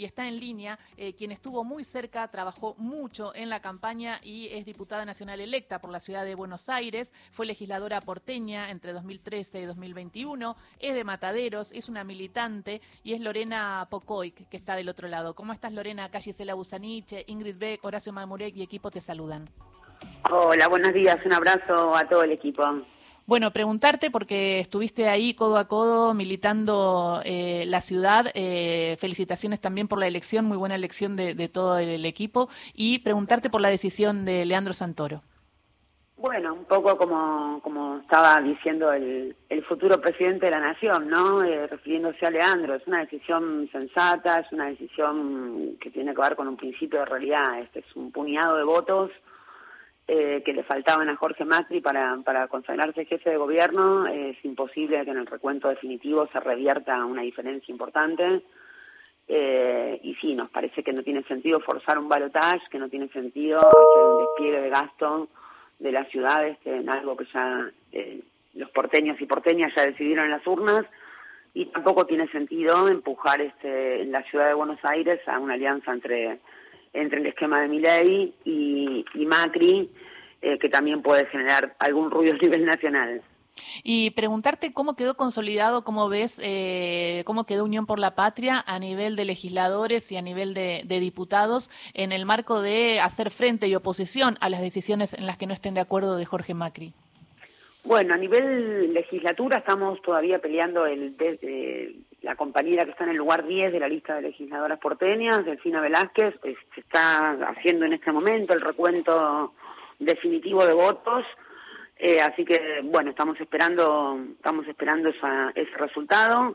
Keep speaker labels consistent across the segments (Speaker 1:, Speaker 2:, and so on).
Speaker 1: y está en línea, quien estuvo muy cerca, trabajó mucho en la campaña y es diputada nacional electa por la ciudad de Buenos Aires, fue legisladora porteña entre 2013 y 2021, es de Mataderos, es una militante y es Lorena Pocoic, que está del otro lado. ¿Cómo estás, Lorena? Acá Gisela Busaniche, Ingrid Beck, Horacio Mamurek y equipo te saludan.
Speaker 2: Hola, buenos días, un abrazo a todo el equipo.
Speaker 1: Bueno, preguntarte porque estuviste ahí codo a codo militando la ciudad, felicitaciones también por la elección, muy buena elección de todo el equipo, y preguntarte por la decisión de Leandro Santoro.
Speaker 2: Bueno, un poco como estaba diciendo el futuro presidente de la Nación, ¿no? Refiriéndose a Leandro, es una decisión sensata, es una decisión que tiene que ver con un principio de realidad, es un puñado de votos que le faltaban a Jorge Macri para consagrarse jefe de gobierno. Es imposible que en el recuento definitivo se revierta una diferencia importante. Y sí, nos parece que no tiene sentido forzar un balotaje, que no tiene sentido hacer un despliegue de gasto de las ciudades en algo que ya los porteños y porteñas ya decidieron en las urnas, y tampoco tiene sentido empujar en la ciudad de Buenos Aires a una alianza entre el esquema de Milei y Macri, que también puede generar algún ruido a nivel nacional.
Speaker 1: Y preguntarte cómo quedó consolidado, cómo ves, cómo quedó Unión por la Patria a nivel de legisladores y a nivel de diputados en el marco de hacer frente y oposición a las decisiones en las que no estén de acuerdo de Jorge Macri.
Speaker 2: Bueno, a nivel legislatura estamos todavía peleando la compañera que está en el lugar 10 de la lista de legisladoras porteñas, Delfina Velázquez. Se está haciendo en este momento el recuento definitivo de votos, así que bueno, estamos esperando ese resultado.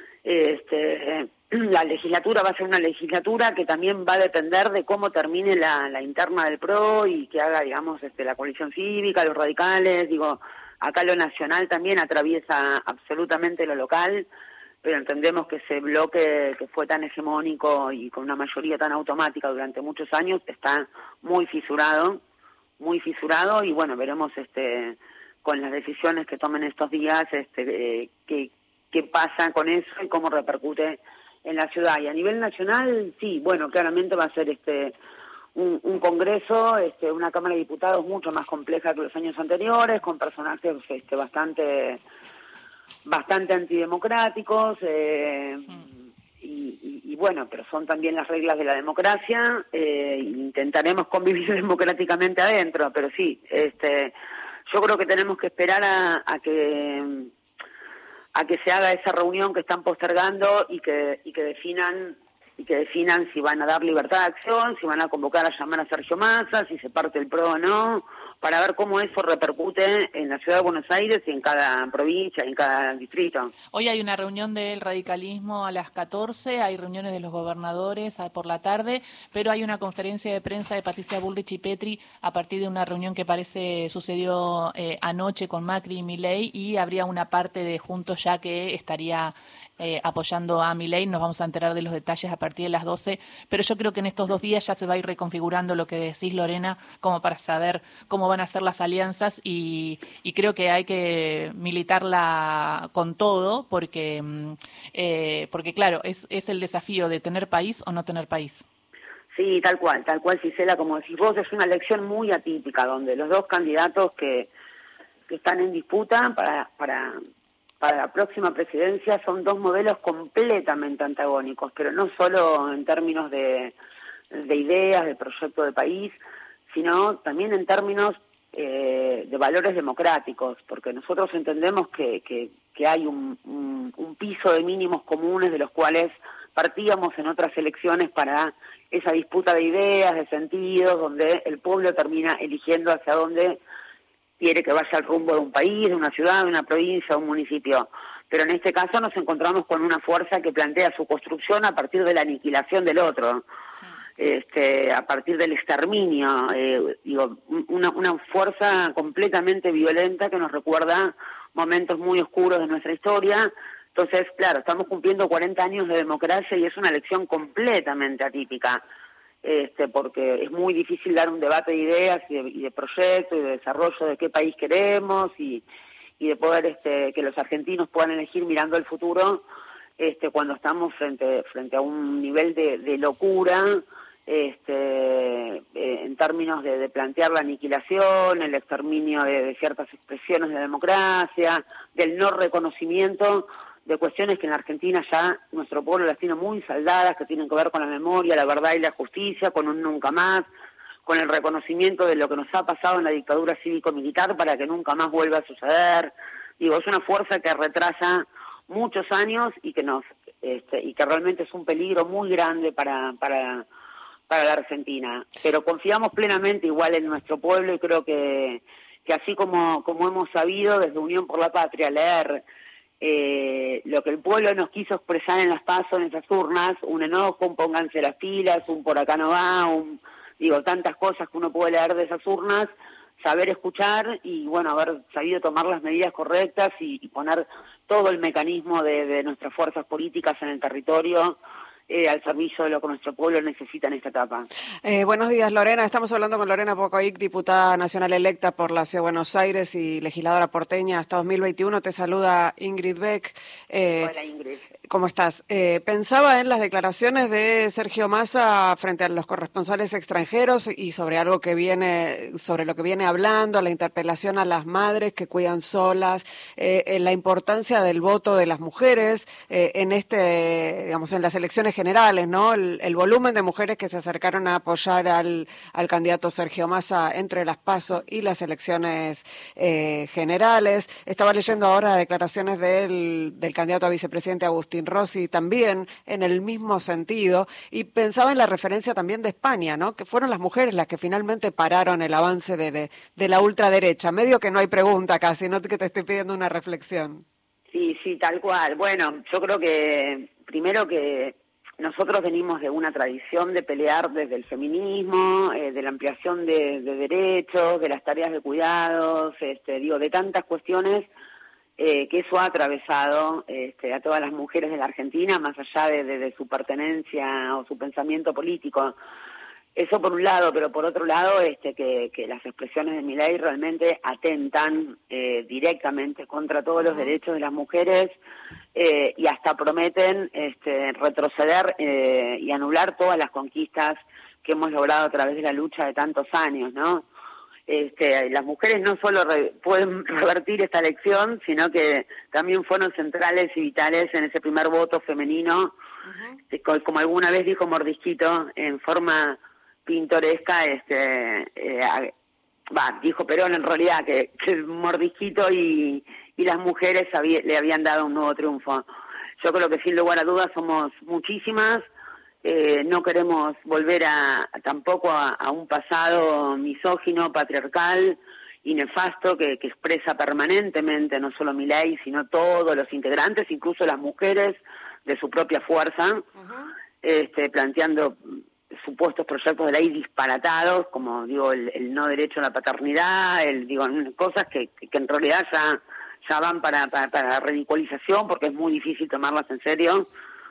Speaker 2: La legislatura va a ser una legislatura que también va a depender de cómo termine la interna del PRO y que haga, digamos, la coalición cívica, los radicales. Digo, acá lo nacional también atraviesa absolutamente lo local, pero entendemos que ese bloque que fue tan hegemónico y con una mayoría tan automática durante muchos años está muy fisurado, y bueno, veremos con las decisiones que tomen estos días qué pasa con eso y cómo repercute en la ciudad. Y a nivel nacional, sí, bueno, claramente va a ser un congreso, una Cámara de Diputados mucho más compleja que los años anteriores, con personajes bastante antidemocráticos, y bueno, pero son también las reglas de la democracia. Intentaremos convivir democráticamente adentro, pero sí, yo creo que tenemos que esperar a que se haga esa reunión que están postergando y que definan si van a dar libertad de acción, si van a convocar a llamar a Sergio Massa, si se parte el PRO o no, para ver cómo eso repercute en la ciudad de Buenos Aires y en cada provincia y en cada distrito.
Speaker 1: Hoy hay una reunión del radicalismo a las 14, hay reuniones de los gobernadores por la tarde, pero hay una conferencia de prensa de Patricia Bullrich y Petri a partir de una reunión que parece sucedió anoche con Macri y Milei, y habría una parte de Juntos Ya que estaría apoyando a Milei. Nos vamos a enterar de los detalles a partir de las 12, pero yo creo que en estos 2 días ya se va a ir reconfigurando lo que decís, Lorena, como para saber cómo van a ser las alianzas, y creo que hay que militarla con todo porque claro, es el desafío de tener país o no tener país.
Speaker 2: Sí, tal cual, Gisela, como decís vos, es una elección muy atípica, donde los dos candidatos que están en disputa para la próxima presidencia son dos modelos completamente antagónicos, pero no solo en términos de ideas, de proyecto de país, sino también en términos de valores democráticos, porque nosotros entendemos que hay un piso de mínimos comunes de los cuales partíamos en otras elecciones para esa disputa de ideas, de sentidos, donde el pueblo termina eligiendo hacia dónde quiere que vaya el rumbo de un país, de una ciudad, de una provincia, de un municipio. Pero en este caso nos encontramos con una fuerza que plantea su construcción a partir de la aniquilación del otro, a partir del exterminio, una fuerza completamente violenta que nos recuerda momentos muy oscuros de nuestra historia. Entonces, claro, estamos cumpliendo 40 años de democracia y es una elección completamente atípica. Porque es muy difícil dar un debate de ideas y de proyectos y de desarrollo de qué país queremos y de poder que los argentinos puedan elegir mirando el futuro cuando estamos frente a un nivel de locura, en términos de plantear la aniquilación, el exterminio de ciertas expresiones de democracia, del no reconocimiento de cuestiones que en la Argentina ya nuestro pueblo las tiene muy saldadas, que tienen que ver con la memoria, la verdad y la justicia, con un nunca más, con el reconocimiento de lo que nos ha pasado en la dictadura cívico-militar para que nunca más vuelva a suceder. Digo, es una fuerza que retrasa muchos años y que y que realmente es un peligro muy grande para la Argentina. Pero confiamos plenamente igual en nuestro pueblo y creo que así como hemos sabido desde Unión por la Patria leer lo que el pueblo nos quiso expresar en las PASO, en esas urnas, un enojo, un pónganse las pilas, un por acá no va, tantas cosas que uno puede leer de esas urnas, saber escuchar y bueno, haber sabido tomar las medidas correctas y poner todo el mecanismo de nuestras fuerzas políticas en el territorio al servicio de lo que nuestro pueblo necesita en esta etapa.
Speaker 3: Buenos días, Lorena. Estamos hablando con Lorena Pocoic, diputada nacional electa por la Ciudad de Buenos Aires y legisladora porteña hasta 2021. Te saluda Ingrid Beck.
Speaker 2: Hola, Ingrid.
Speaker 3: ¿Cómo estás? Pensaba en las declaraciones de Sergio Massa frente a los corresponsales extranjeros y sobre algo sobre lo que viene hablando, la interpelación a las madres que cuidan solas, la importancia del voto de las mujeres en en las elecciones generales, ¿no? El volumen de mujeres que se acercaron a apoyar al candidato Sergio Massa entre las PASO y las elecciones generales. Estaba leyendo ahora declaraciones del candidato a vicepresidente Agustín Rossi también en el mismo sentido y pensaba en la referencia también de España, ¿no? Que fueron las mujeres las que finalmente pararon el avance de la ultraderecha. Medio que no hay pregunta casi, no que te estoy pidiendo una reflexión.
Speaker 2: Sí, tal cual. Bueno, yo creo que primero que nosotros venimos de una tradición de pelear desde el feminismo, de la ampliación de derechos, de las tareas de cuidados, de tantas cuestiones que eso ha atravesado a todas las mujeres de la Argentina, más allá de su pertenencia o su pensamiento político. Eso por un lado, pero por otro lado, que las expresiones de Milei realmente atentan directamente contra todos los derechos de las mujeres y hasta prometen retroceder y anular todas las conquistas que hemos logrado a través de la lucha de tantos años, ¿no? Las mujeres no solo pueden revertir esta elección, sino que también fueron centrales y vitales en ese primer voto femenino, como alguna vez dijo Mordisquito en forma pintoresca, dijo Perón en realidad que Mordisquito y las mujeres le habían dado un nuevo triunfo. Yo creo que sin lugar a dudas somos muchísimas. No queremos volver tampoco a un pasado misógino, patriarcal y nefasto que expresa permanentemente no solo Milei, sino todos los integrantes, incluso las mujeres de su propia fuerza, planteando supuestos proyectos de ley disparatados, como digo, el no derecho a la paternidad, cosas que en realidad ya van para la ridiculización porque es muy difícil tomarlas en serio.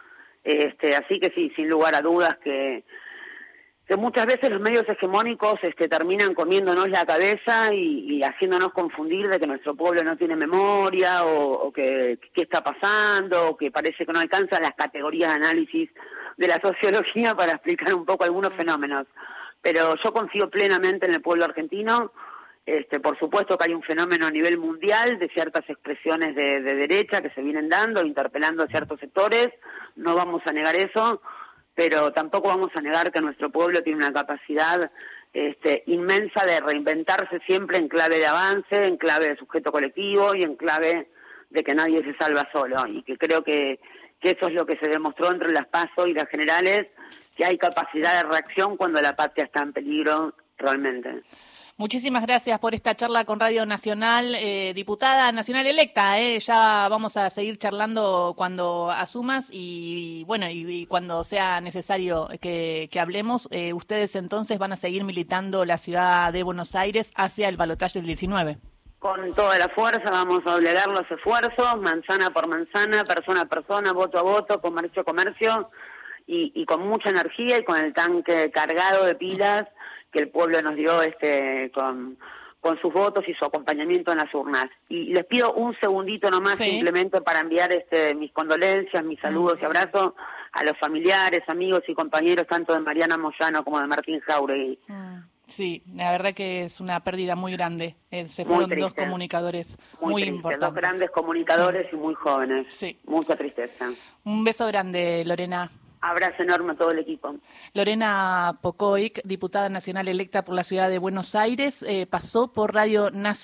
Speaker 2: Así que sí, sin lugar a dudas que muchas veces los medios hegemónicos terminan comiéndonos la cabeza y haciéndonos confundir de que nuestro pueblo no tiene memoria o que qué está pasando, o que parece que no alcanzan las categorías de análisis de la sociología para explicar un poco algunos fenómenos. Pero yo confío plenamente en el pueblo argentino. Por supuesto que hay un fenómeno a nivel mundial de ciertas expresiones de derecha que se vienen dando, interpelando a ciertos sectores, no vamos a negar eso, pero tampoco vamos a negar que nuestro pueblo tiene una capacidad inmensa de reinventarse siempre en clave de avance, en clave de sujeto colectivo y en clave de que nadie se salva solo, y que creo que eso es lo que se demostró entre las PASO y las generales, que hay capacidad de reacción cuando la patria está en peligro realmente.
Speaker 1: Muchísimas gracias por esta charla con Radio Nacional, diputada nacional electa. Ya vamos a seguir charlando cuando asumas y cuando sea necesario que hablemos. Ustedes entonces van a seguir militando la ciudad de Buenos Aires hacia el balotaje del 19.
Speaker 2: Con toda la fuerza vamos a doblegar los esfuerzos, manzana por manzana, persona a persona, voto a voto, comercio a comercio, y con mucha energía y con el tanque cargado de pilas que el pueblo nos dio con sus votos y su acompañamiento en las urnas. Y les pido un segundito nomás simplemente para enviar mis condolencias, mis saludos y abrazos a los familiares, amigos y compañeros tanto de Mariana Moyano como de Martín Jauregui.
Speaker 1: Sí, la verdad que es una pérdida muy grande. Se fueron dos comunicadores muy importantes.
Speaker 2: Dos grandes comunicadores y muy jóvenes.
Speaker 1: Sí.
Speaker 2: Mucha tristeza.
Speaker 1: Un beso grande, Lorena.
Speaker 2: Abrazo enorme a todo el equipo.
Speaker 1: Lorena Pocoic, diputada nacional electa por la ciudad de Buenos Aires, pasó por Radio Nacional.